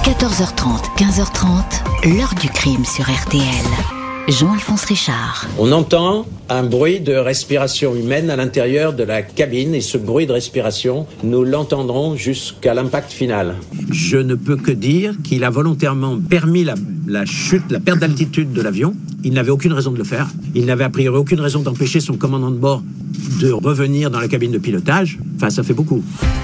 14h30, 15h30, l'heure du crime sur RTL. Jean-Alphonse Richard. On entend un bruit de respiration humaine à l'intérieur de la cabine et ce bruit de respiration, nous l'entendrons jusqu'à l'impact final. Je ne peux que dire qu'il a volontairement permis la chute, la perte d'altitude de l'avion. Il n'avait aucune raison de le faire. Il n'avait a priori aucune raison d'empêcher son commandant de bord de revenir dans la cabine de pilotage. Enfin, ça fait beaucoup.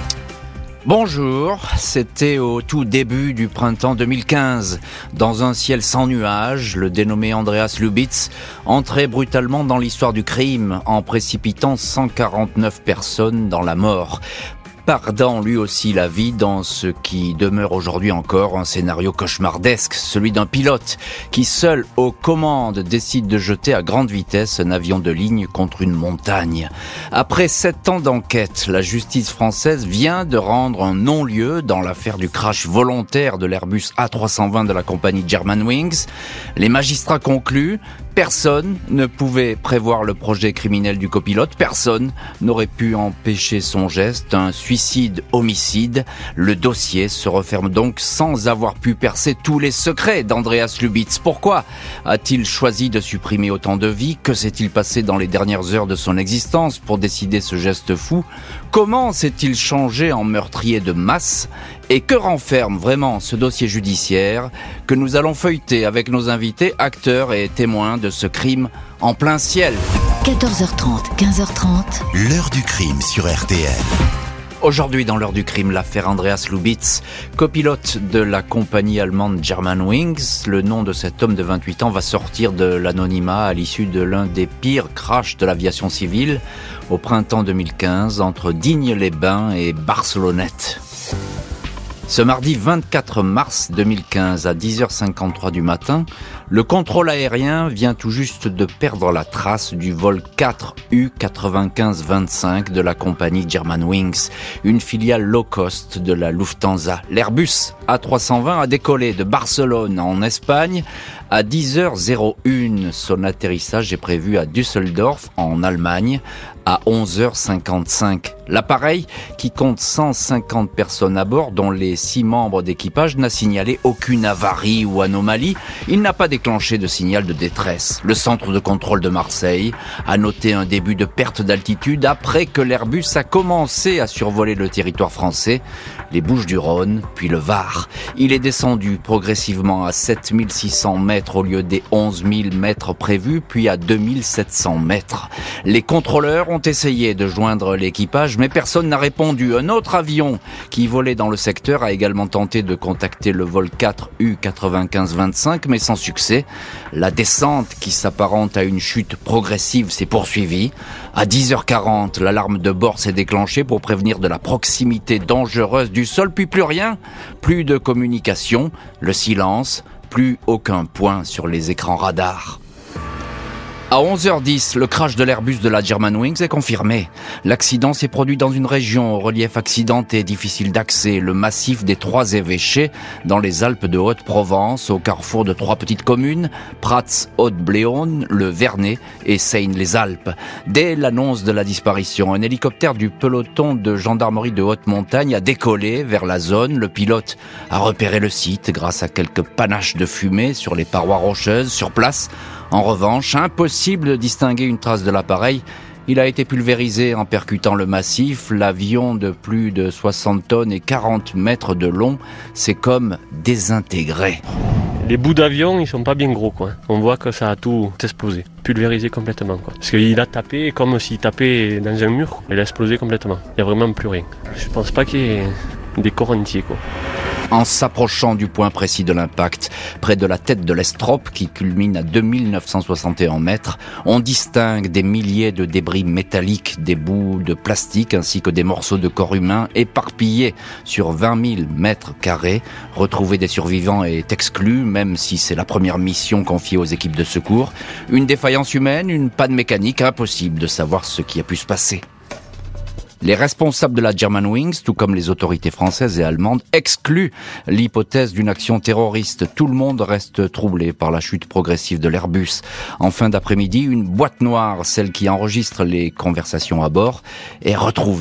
Bonjour, c'était au tout début du printemps 2015. Dans un ciel sans nuages, le dénommé Andreas Lubitz entrait brutalement dans l'histoire du crime en précipitant 149 personnes dans la mort. Perdant lui aussi la vie dans ce qui demeure aujourd'hui encore un scénario cauchemardesque, celui d'un pilote qui seul aux commandes décide de jeter à grande vitesse un avion de ligne contre une montagne. Après 7 ans d'enquête, la justice française vient de rendre un non-lieu dans l'affaire du crash volontaire de l'Airbus A320 de la compagnie Germanwings. Les magistrats concluent: personne ne pouvait prévoir le projet criminel du copilote, personne n'aurait pu empêcher son geste, un suicide-homicide. Le dossier se referme donc sans avoir pu percer tous les secrets d'Andreas Lubitz. Pourquoi a-t-il choisi de supprimer autant de vies? Que s'est-il passé dans les dernières heures de son existence pour décider ce geste fou? Comment s'est-il changé en meurtrier de masse? Et que renferme vraiment ce dossier judiciaire que nous allons feuilleter avec nos invités, acteurs et témoins de ce crime en plein ciel? 14h30, 15h30, l'heure du crime sur RTL. Aujourd'hui, dans l'heure du crime, l'affaire Andreas Lubitz, copilote de la compagnie allemande Germanwings. Le nom de cet homme de 28 ans va sortir de l'anonymat à l'issue de l'un des pires crashs de l'aviation civile au printemps 2015 entre Digne-les-Bains et Barcelonnette. Ce mardi 24 mars 2015 à 10h53 du matin, le contrôle aérien vient tout juste de perdre la trace du vol 4U9525 de la compagnie Germanwings, une filiale low cost de la Lufthansa. L'Airbus A320 a décollé de Barcelone en Espagne à 10h01. Son atterrissage est prévu à Düsseldorf en Allemagne à 11h55. L'appareil, qui compte 150 personnes à bord, dont les 6 membres d'équipage, n'a signalé aucune avarie ou anomalie. Il n'a pas déclenché de signal de détresse. Le centre de contrôle de Marseille a noté un début de perte d'altitude après que l'Airbus a commencé à survoler le territoire français, les Bouches-du-Rhône, puis le Var. Il est descendu progressivement à 7600 mètres au lieu des 11 000 mètres prévus, puis à 2700 mètres. Les contrôleurs ont essayé de joindre l'équipage, mais personne n'a répondu. Un autre avion qui volait dans le secteur a également tenté de contacter le vol 4U9525, mais sans succès. La descente, qui s'apparente à une chute progressive, s'est poursuivie. À 10h40, l'alarme de bord s'est déclenchée pour prévenir de la proximité dangereuse du sol, puis plus rien, plus de communication, le silence, plus aucun point sur les écrans radars. À 11h10, le crash de l'Airbus de la Germanwings est confirmé. L'accident s'est produit dans une région au relief accidenté, difficile d'accès, le massif des Trois-Évêchés, dans les Alpes de Haute-Provence, au carrefour de 3 petites communes, Prats-Haute-Bléone, le Vernet et Seine-les-Alpes. Dès l'annonce de la disparition, un hélicoptère du peloton de gendarmerie de haute montagne a décollé vers la zone. Le pilote a repéré le site grâce à quelques panaches de fumée sur les parois rocheuses. Sur place, en revanche, impossible de distinguer une trace de l'appareil. Il a été pulvérisé en percutant le massif. L'avion de plus de 60 tonnes et 40 mètres de long s'est comme désintégré. Les bouts d'avion, ils sont pas bien gros, quoi. On voit que ça a tout explosé, pulvérisé complètement, quoi. Parce qu'il a tapé comme s'il tapait dans un mur. Il a explosé complètement. Il n'y a vraiment plus rien. Je pense pas qu'il y ait des corps entiers, quoi. En s'approchant du point précis de l'impact, près de la tête de l'estrope qui culmine à 2961 mètres, on distingue des milliers de débris métalliques, des bouts de plastique ainsi que des morceaux de corps humain éparpillés sur 20 000 mètres carrés. Retrouver des survivants est exclu, même si c'est la première mission confiée aux équipes de secours. Une défaillance humaine, une panne mécanique, impossible de savoir ce qui a pu se passer. Les responsables de la Germanwings, tout comme les autorités françaises et allemandes, excluent l'hypothèse d'une action terroriste. Tout le monde reste troublé par la chute progressive de l'Airbus. En fin d'après-midi, une boîte noire, celle qui enregistre les conversations à bord, est retrouvée,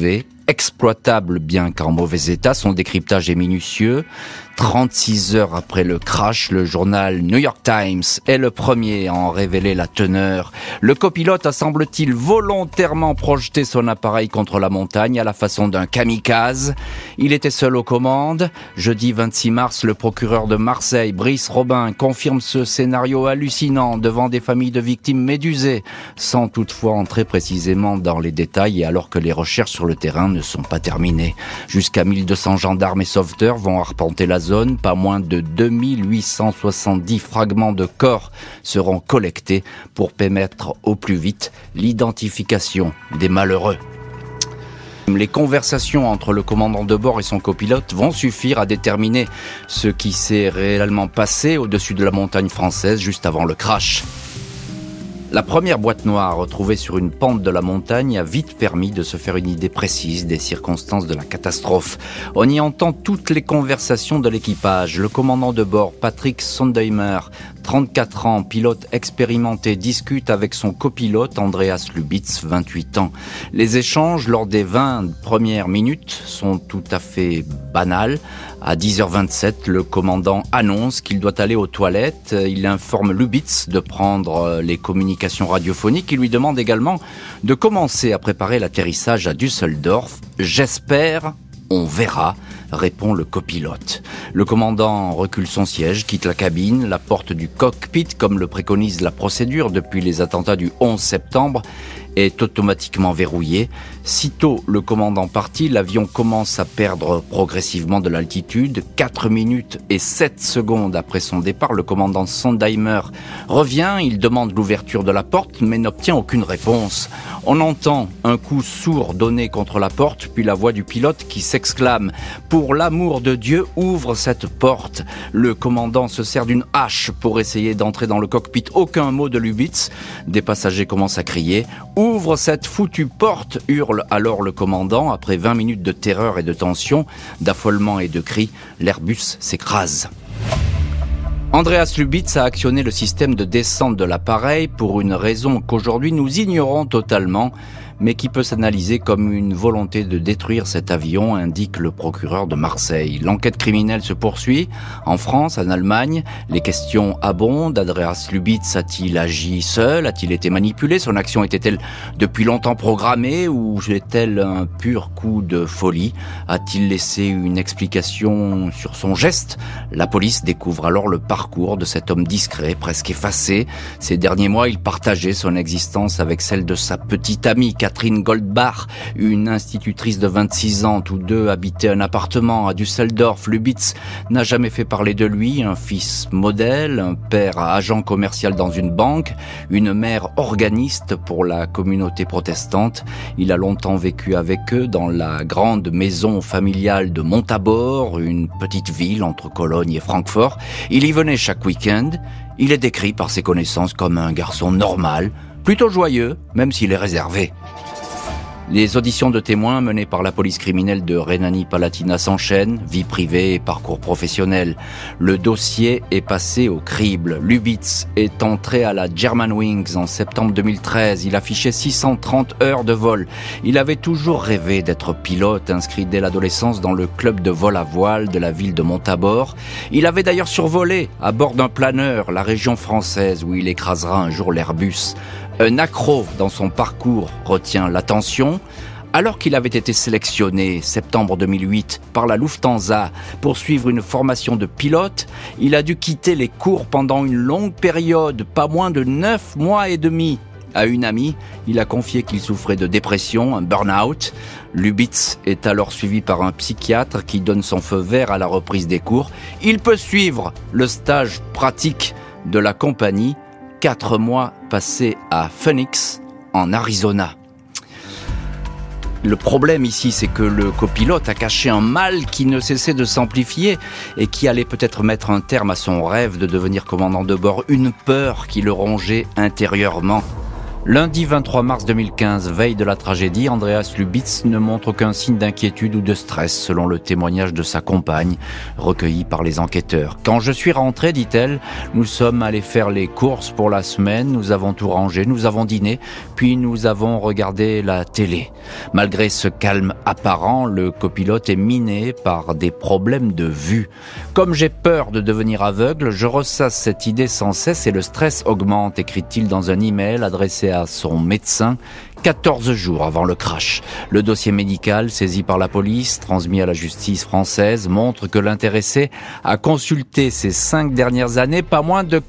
exploitable bien qu'en mauvais état. Son décryptage est minutieux. 36 heures après le crash, le journal New York Times est le premier à en révéler la teneur. Le copilote a, semble-t-il, volontairement projeté son appareil contre la montagne à la façon d'un kamikaze. Il était seul aux commandes. Jeudi 26 mars, le procureur de Marseille, Brice Robin, confirme ce scénario hallucinant devant des familles de victimes médusées, sans toutefois entrer précisément dans les détails et alors que les recherches sur le terrain ne sont pas terminées. Jusqu'à 1200 gendarmes et sauveteurs vont arpenter la zone. Pas moins de 2870 fragments de corps seront collectés pour permettre au plus vite l'identification des malheureux. Les conversations entre le commandant de bord et son copilote vont suffire à déterminer ce qui s'est réellement passé au-dessus de la montagne française juste avant le crash. La première boîte noire retrouvée sur une pente de la montagne a vite permis de se faire une idée précise des circonstances de la catastrophe. On y entend toutes les conversations de l'équipage. Le commandant de bord, Patrick Sondheimer, 34 ans, pilote expérimenté, discute avec son copilote, Andreas Lubitz, 28 ans. Les échanges lors des 20 premières minutes sont tout à fait banals. À 10h27, le commandant annonce qu'il doit aller aux toilettes. Il informe Lubitz de prendre les communications radiophoniques. Il lui demande également de commencer à préparer l'atterrissage à Düsseldorf. « J'espère, on verra », répond le copilote. Le commandant recule son siège, quitte la cabine. La porte du cockpit, comme le préconise la procédure depuis les attentats du 11 septembre, est automatiquement verrouillée. Sitôt le commandant parti, l'avion commence à perdre progressivement de l'altitude. 4 minutes et 7 secondes après son départ, le commandant Sondheimer revient. Il demande l'ouverture de la porte, mais n'obtient aucune réponse. On entend un coup sourd donné contre la porte, puis la voix du pilote qui s'exclame « Pour l'amour de Dieu, ouvre cette porte !» Le commandant se sert d'une hache pour essayer d'entrer dans le cockpit. Aucun mot de Lubitz. Des passagers commencent à crier « Ouvre cette foutue porte !» hurle alors le commandant. Après 20 minutes de terreur et de tension, d'affolement et de cris, l'Airbus s'écrase. Andreas Lubitz a actionné le système de descente de l'appareil pour une raison qu'aujourd'hui nous ignorons totalement, mais qui peut s'analyser comme une volonté de détruire cet avion, indique le procureur de Marseille. L'enquête criminelle se poursuit en France, en Allemagne. Les questions abondent. Andreas Lubitz a-t-il agi seul? A-t-il été manipulé? Son action était-elle depuis longtemps programmée ou est-elle un pur coup de folie? A-t-il laissé une explication sur son geste? La police découvre alors le parcours de cet homme discret, presque effacé. Ces derniers mois, il partageait son existence avec celle de sa petite amie, Catherine Goldbach, une institutrice de 26 ans. Tous deux habitaient un appartement à Düsseldorf. Lubitz n'a jamais fait parler de lui. Un fils modèle, un père agent commercial dans une banque, une mère organiste pour la communauté protestante. Il a longtemps vécu avec eux dans la grande maison familiale de Montabaur, une petite ville entre Cologne et Francfort. Il y venait chaque week-end. Il est décrit par ses connaissances comme un garçon normal, plutôt joyeux, même s'il est réservé. Les auditions de témoins menées par la police criminelle de Rhénanie-Palatinat s'enchaînent, vie privée et parcours professionnel. Le dossier est passé au crible. Lubitz est entré à la Germanwings en septembre 2013. Il affichait 630 heures de vol. Il avait toujours rêvé d'être pilote, inscrit dès l'adolescence dans le club de vol à voile de la ville de Montabaur. Il avait d'ailleurs survolé, à bord d'un planeur, la région française où il écrasera un jour l'Airbus. Un accro dans son parcours retient l'attention. Alors qu'il avait été sélectionné, septembre 2008, par la Lufthansa pour suivre une formation de pilote, il a dû quitter les cours pendant une longue période, pas moins de 9 mois et demi. À une amie, il a confié qu'il souffrait de dépression, un burn-out. Lubitz est alors suivi par un psychiatre qui donne son feu vert à la reprise des cours. Il peut suivre le stage pratique de la compagnie, 4 mois passés à Phoenix, en Arizona. Le problème ici, c'est que le copilote a caché un mal qui ne cessait de s'amplifier et qui allait peut-être mettre un terme à son rêve de devenir commandant de bord, une peur qui le rongeait intérieurement. Lundi 23 mars 2015, veille de la tragédie, Andreas Lubitz ne montre aucun signe d'inquiétude ou de stress, selon le témoignage de sa compagne, recueilli par les enquêteurs. « Quand je suis rentrée, dit-elle, nous sommes allés faire les courses pour la semaine, nous avons tout rangé, nous avons dîné, puis nous avons regardé la télé. » Malgré ce calme apparent, le copilote est miné par des problèmes de vue. « Comme j'ai peur de devenir aveugle, je ressasse cette idée sans cesse et le stress augmente », écrit-il dans un email adressé à son médecin 14 jours avant le crash. Le dossier médical saisi par la police, transmis à la justice française, montre que l'intéressé a consulté ces 5 dernières années pas moins de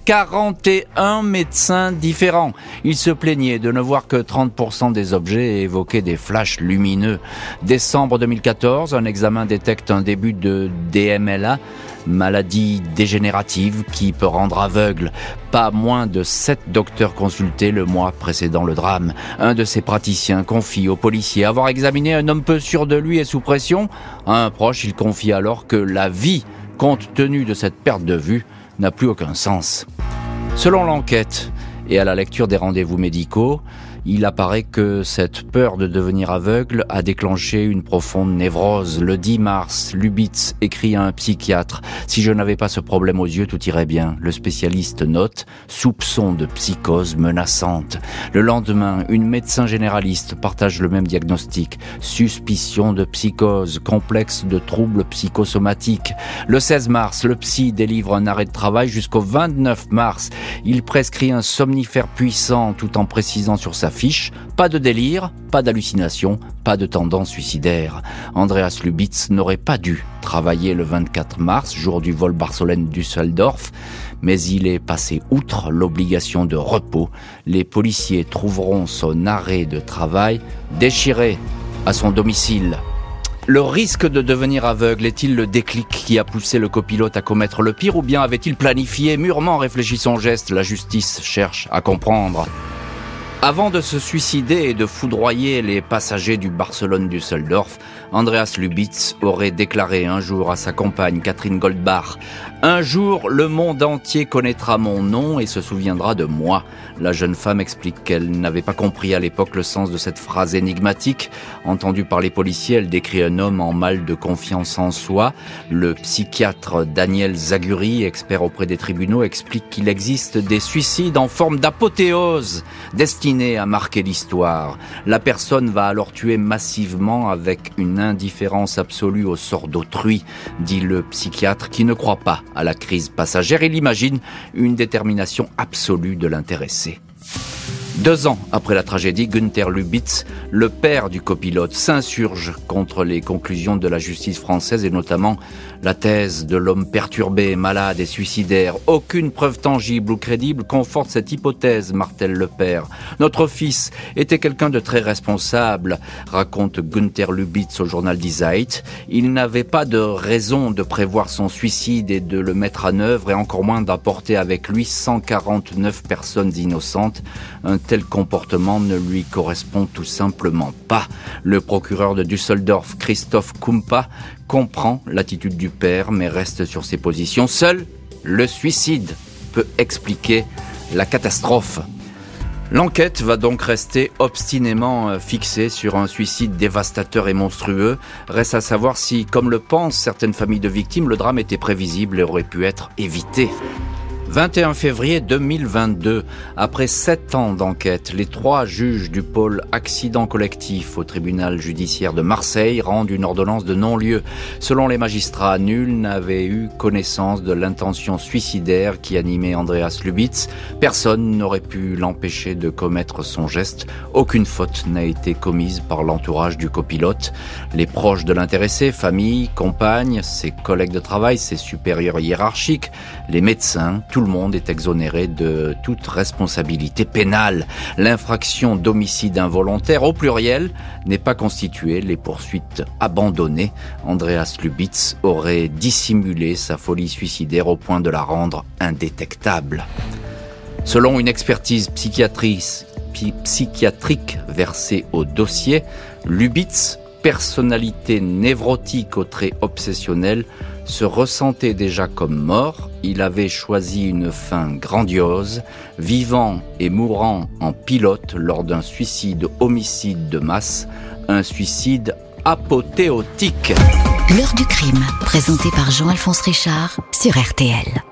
41 médecins différents. Il se plaignait de ne voir que 30% des objets et évoquait des flashs lumineux. Décembre 2014, un examen détecte un début de DMLA, maladie dégénérative qui peut rendre aveugle. Pas moins de 7 docteurs consultés le mois précédant le drame. Un de ces praticiens confie aux policiers avoir examiné un homme peu sûr de lui et sous pression. À un proche, il confie alors que la vie, compte tenu de cette perte de vue, n'a plus aucun sens. Selon l'enquête et à la lecture des rendez-vous médicaux, il apparaît que cette peur de devenir aveugle a déclenché une profonde névrose. Le 10 mars, Lubitz écrit à un psychiatre « Si je n'avais pas ce problème aux yeux, tout irait bien ». Le spécialiste note « Soupçon de psychose menaçante ». Le lendemain, une médecin généraliste partage le même diagnostic « Suspicion de psychose, complexe de troubles psychosomatiques ». Le 16 mars, le psy délivre un arrêt de travail jusqu'au 29 mars. Il prescrit un somnifère puissant tout en précisant sur sa fiche, pas de délire, pas d'hallucination, pas de tendance suicidaire. Andreas Lubitz n'aurait pas dû travailler le 24 mars, jour du vol Barcelone-Düsseldorf, mais il est passé outre l'obligation de repos. Les policiers trouveront son arrêt de travail déchiré à son domicile. Le risque de devenir aveugle est-il le déclic qui a poussé le copilote à commettre le pire, ou bien avait-il planifié, mûrement réfléchi son geste? La justice cherche à comprendre. Avant de se suicider et de foudroyer les passagers du Barcelone-Düsseldorf, Andreas Lubitz aurait déclaré un jour à sa compagne Catherine Goldbach « Un jour, le monde entier connaîtra mon nom et se souviendra de moi ». La jeune femme explique qu'elle n'avait pas compris à l'époque le sens de cette phrase énigmatique. Entendue par les policiers, elle décrit un homme en mal de confiance en soi. Le psychiatre Daniel Zaguri, expert auprès des tribunaux, explique qu'il existe des suicides en forme d'apothéose, destinés à marquer l'histoire. La personne va alors tuer massivement avec une indifférence absolue au sort d'autrui, dit le psychiatre qui ne croit pas à la crise passagère. Il imagine une détermination absolue de l'intéressé. 2 ans après la tragédie, Günther Lubitz, le père du copilote, s'insurge contre les conclusions de la justice française et notamment la thèse de l'homme perturbé, malade et suicidaire. Aucune preuve tangible ou crédible conforte cette hypothèse, martèle le père. Notre fils était quelqu'un de très responsable, raconte Günther Lubitz au journal Die Zeit. Il n'avait pas de raison de prévoir son suicide et de le mettre en œuvre et encore moins d'apporter avec lui 149 personnes innocentes. Un tel comportement ne lui correspond tout simplement pas. Le procureur de Düsseldorf, Christoph Kumpa, comprend l'attitude du père, mais reste sur ses positions. Seul le suicide peut expliquer la catastrophe. L'enquête va donc rester obstinément fixée sur un suicide dévastateur et monstrueux. Reste à savoir si, comme le pensent certaines familles de victimes, le drame était prévisible et aurait pu être évité. 21 février 2022, après 7 ans d'enquête, les 3 juges du pôle accident collectif au tribunal judiciaire de Marseille rendent une ordonnance de non-lieu. Selon les magistrats, nul n'avait eu connaissance de l'intention suicidaire qui animait Andreas Lubitz. Personne n'aurait pu l'empêcher de commettre son geste. Aucune faute n'a été commise par l'entourage du copilote. Les proches de l'intéressé, famille, compagne, ses collègues de travail, ses supérieurs hiérarchiques, les médecins, tout le monde est exonéré de toute responsabilité pénale. L'infraction d'homicide involontaire, au pluriel, n'est pas constituée, les poursuites abandonnées. Andreas Lubitz aurait dissimulé sa folie suicidaire au point de la rendre indétectable. Selon une expertise psychiatrique versée au dossier, Lubitz, personnalité névrotique aux traits obsessionnels, se ressentait déjà comme mort. Il avait choisi une fin grandiose, vivant et mourant en pilote lors d'un suicide-homicide de masse, un suicide apothéotique. L'heure du crime, présenté par Jean-Alphonse Richard sur RTL.